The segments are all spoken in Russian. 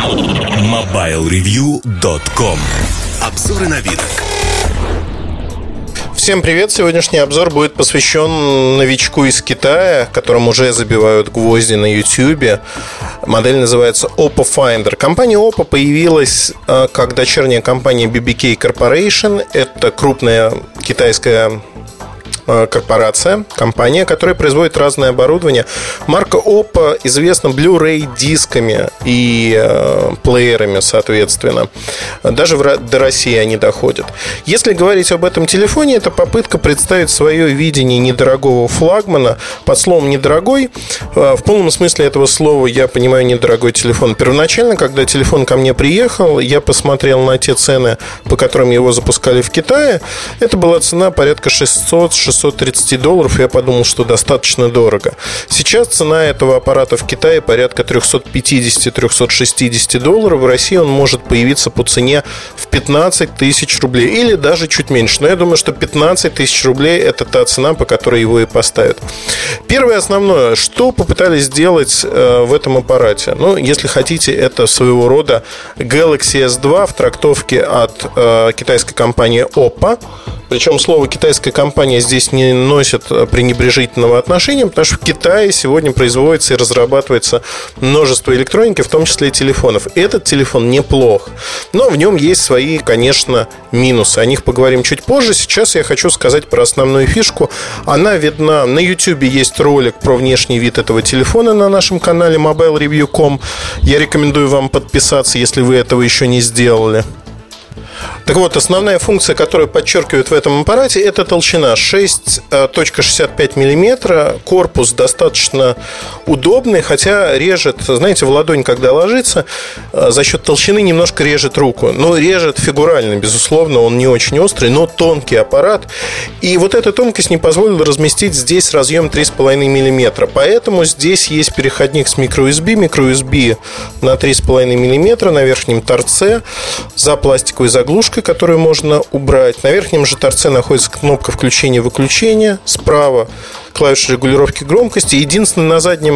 MobileReview.com. Обзоры новинок. Всем привет! Сегодняшний обзор будет посвящен новичку из Китая, которому уже забивают гвозди на YouTube. Модель называется Oppo Finder. Компания Oppo появилась как дочерняя компания BBK Corporation. Это крупная китайская корпорация, компания, которая производит разное оборудование. Марка Oppo известна Blu-ray дисками и плеерами, соответственно. Даже до России они доходят. Если говорить об этом телефоне, это попытка представить свое видение недорогого флагмана. Под словом «недорогой» в полном смысле этого слова я понимаю недорогой телефон. Первоначально, когда телефон ко мне приехал, я посмотрел на те цены, по которым его запускали в Китае. Это была цена порядка $630. Я подумал, что достаточно дорого. Сейчас цена этого аппарата в Китае порядка $350-360. В России он может появиться по цене в 15 тысяч рублей или даже чуть меньше. Но я думаю, что 15 тысяч рублей – это та цена, по которой его и поставят. Первое основное, что попытались сделать в этом аппарате? Ну, если хотите, это своего рода Galaxy S2 в трактовке от китайской компании Oppo. Причем слово «китайская компания» здесь не носит пренебрежительного отношения, потому что в Китае сегодня производится и разрабатывается множество электроники, в том числе и телефонов. Этот телефон неплох, но в нем есть свои, конечно, минусы. О них поговорим чуть позже. Сейчас я хочу сказать про основную фишку. Она видна на YouTube, есть ролик про внешний вид этого телефона на нашем канале MobileReview.com. Я рекомендую вам подписаться, если вы этого еще не сделали. Так вот, основная функция, которую подчеркивают в этом аппарате, это толщина 6,65 мм. Корпус достаточно удобный, хотя режет, знаете, в ладонь, когда ложится, за счет толщины немножко режет руку. Но режет фигурально, безусловно, он не очень острый, но тонкий аппарат. И вот эта тонкость не позволила разместить здесь разъем 3,5 мм. Поэтому здесь есть переходник с microUSB на 3,5 мм на верхнем торце за пластиковой заглушкой, которую можно убрать. На верхнем же торце находится кнопка включения-выключения. Справа клавиша регулировки громкости. Единственное,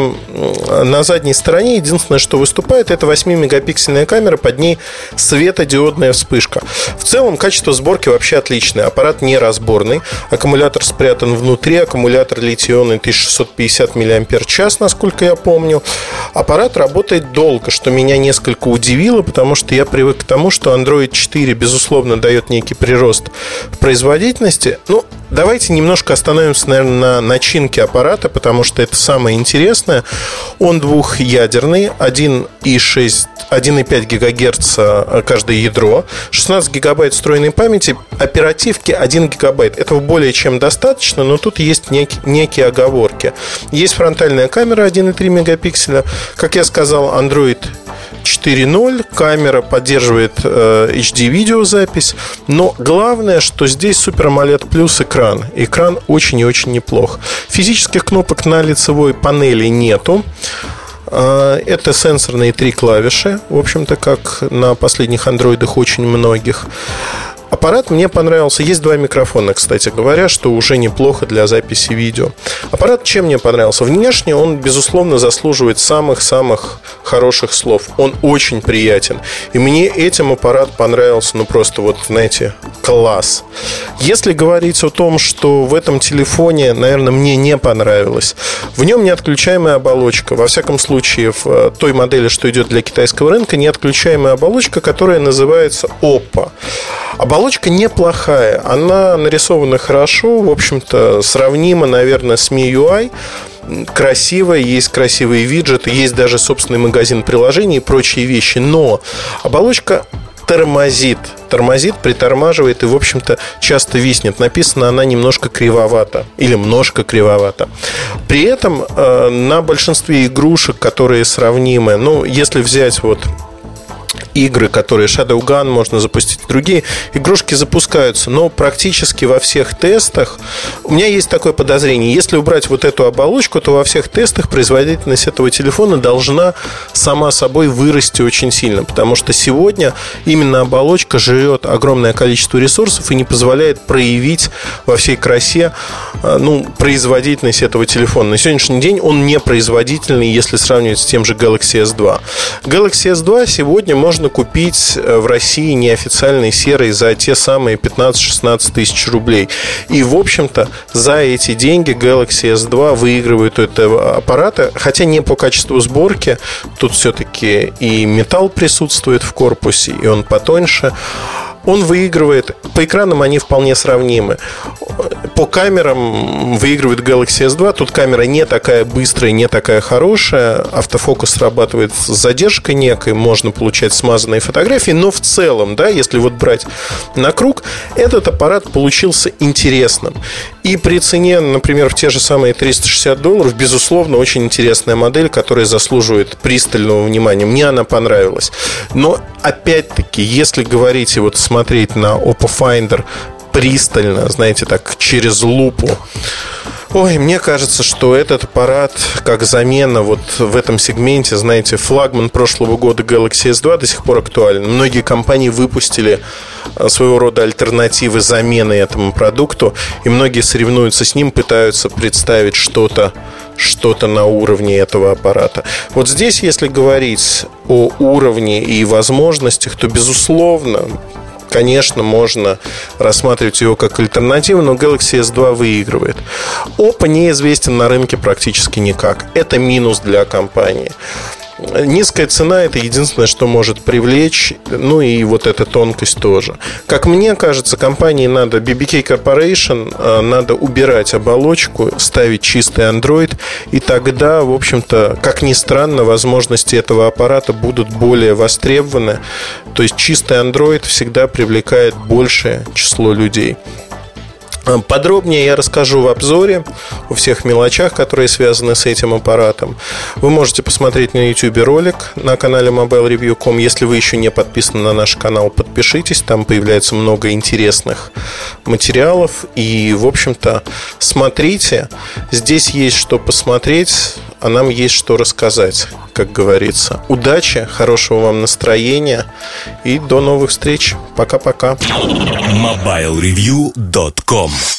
на задней стороне, единственное, что выступает, это 8-мегапиксельная камера, под ней светодиодная вспышка. В целом, качество сборки вообще отличное. Аппарат не разборный. Аккумулятор спрятан внутри. Аккумулятор литий-ионный 1650 мАч, насколько я помню. Аппарат работает долго, что меня несколько удивило, потому что я привык к тому, что Android 4, безусловно, дает некий прирост в производительности. Ну, давайте немножко остановимся, наверное, на начинке аппарата, потому что это самое интересное. Он двухъядерный, 1,5 ГГц каждое ядро, 16 гигабайт встроенной памяти, оперативки 1 гигабайт. Этого более чем достаточно, но тут есть некие оговорки. Есть фронтальная камера 1,3 мегапикселя. Как я сказал, Android 4.0, камера поддерживает HD-видеозапись. Но главное, что здесь Super AMOLED Plus экран. Экран очень и очень неплох. Физических кнопок на лицевой панели нету. Это сенсорные 3 клавиши. В общем-то, как на последних андроидах очень многих. Аппарат мне понравился. Есть 2 микрофона, кстати говоря, что уже неплохо для записи видео. Аппарат чем мне понравился? Внешне он, безусловно, заслуживает самых-самых хороших слов. Он очень приятен. И мне этим аппарат понравился, ну просто вот, знаете, класс. Если говорить о том, что в этом телефоне, наверное, мне не понравилось, в нем неотключаемая оболочка. Во всяком случае, в той модели, что идет для китайского рынка, неотключаемая оболочка, которая называется Oppo. Оболочка неплохая, она нарисована хорошо, в общем-то, сравнима, наверное, с MIUI. Красивая, есть красивые виджеты, есть даже собственный магазин приложений и прочие вещи. Но оболочка тормозит, притормаживает и, в общем-то, часто виснет. Написано она немножко кривовато или немножко кривовато. При этом на большинстве игрушек, которые сравнимы, ну, если взять вот игры, которые Shadow Gun, можно запустить другие игрушки, запускаются. Но практически во всех тестах у меня есть такое подозрение: если убрать вот эту оболочку, то во всех тестах производительность этого телефона должна сама собой вырасти очень сильно, потому что сегодня именно оболочка жрет огромное количество ресурсов и не позволяет проявить во всей красе производительность этого телефона. На сегодняшний день он не производительный, если сравнивать с тем же Galaxy S2. Galaxy S2 сегодня можно купить в России неофициальной серой за те самые 15-16 тысяч рублей. И, в общем-то, за эти деньги Galaxy S2 выигрывает у этого аппарата, хотя не по качеству сборки. Тут все-таки и металл присутствует в корпусе, и он потоньше. Он выигрывает. По экранам они вполне сравнимы. По камерам выигрывает Galaxy S2. Тут камера не такая быстрая, не такая хорошая. Автофокус срабатывает с задержкой некой. Можно получать смазанные фотографии. Но в целом, да, если вот брать на круг, этот аппарат получился интересным. И при цене, например, в те же самые $360, безусловно, очень интересная модель, которая заслуживает пристального внимания. Мне она понравилась. Но, опять-таки, если говорить и вот смотреть на Oppo Finder пристально, знаете, так, через лупу, мне кажется, что этот аппарат как замена вот в этом сегменте, знаете, флагман прошлого года Galaxy S2 до сих пор актуален. Многие компании выпустили своего рода альтернативы, замены этому продукту, и многие соревнуются с ним, пытаются представить что-то на уровне этого аппарата. Вот здесь, если говорить о уровне и возможностях, то, безусловно, конечно, можно рассматривать его как альтернативу, но Galaxy S2 выигрывает. Oppo неизвестен на рынке практически никак. Это минус для компании. Низкая цена – это единственное, что может привлечь. Ну и вот эта тонкость тоже. Как мне кажется, компании надо, BBK Corporation, надо убирать оболочку, ставить чистый Android. И тогда, в общем-то, как ни странно, возможности этого аппарата будут более востребованы. То есть чистый Android всегда привлекает большее число людей. Подробнее я расскажу в обзоре о всех мелочах, которые связаны с этим аппаратом. Вы можете посмотреть на YouTube ролик на канале mobilereview.com. Если вы еще не подписаны на наш канал, подпишитесь. Там появляется много интересных материалов. И, в общем-то, смотрите. Здесь есть что посмотреть, а нам есть что рассказать, как говорится. Удачи, хорошего вам настроения и до новых встреч. Пока-пока. mobilereview.com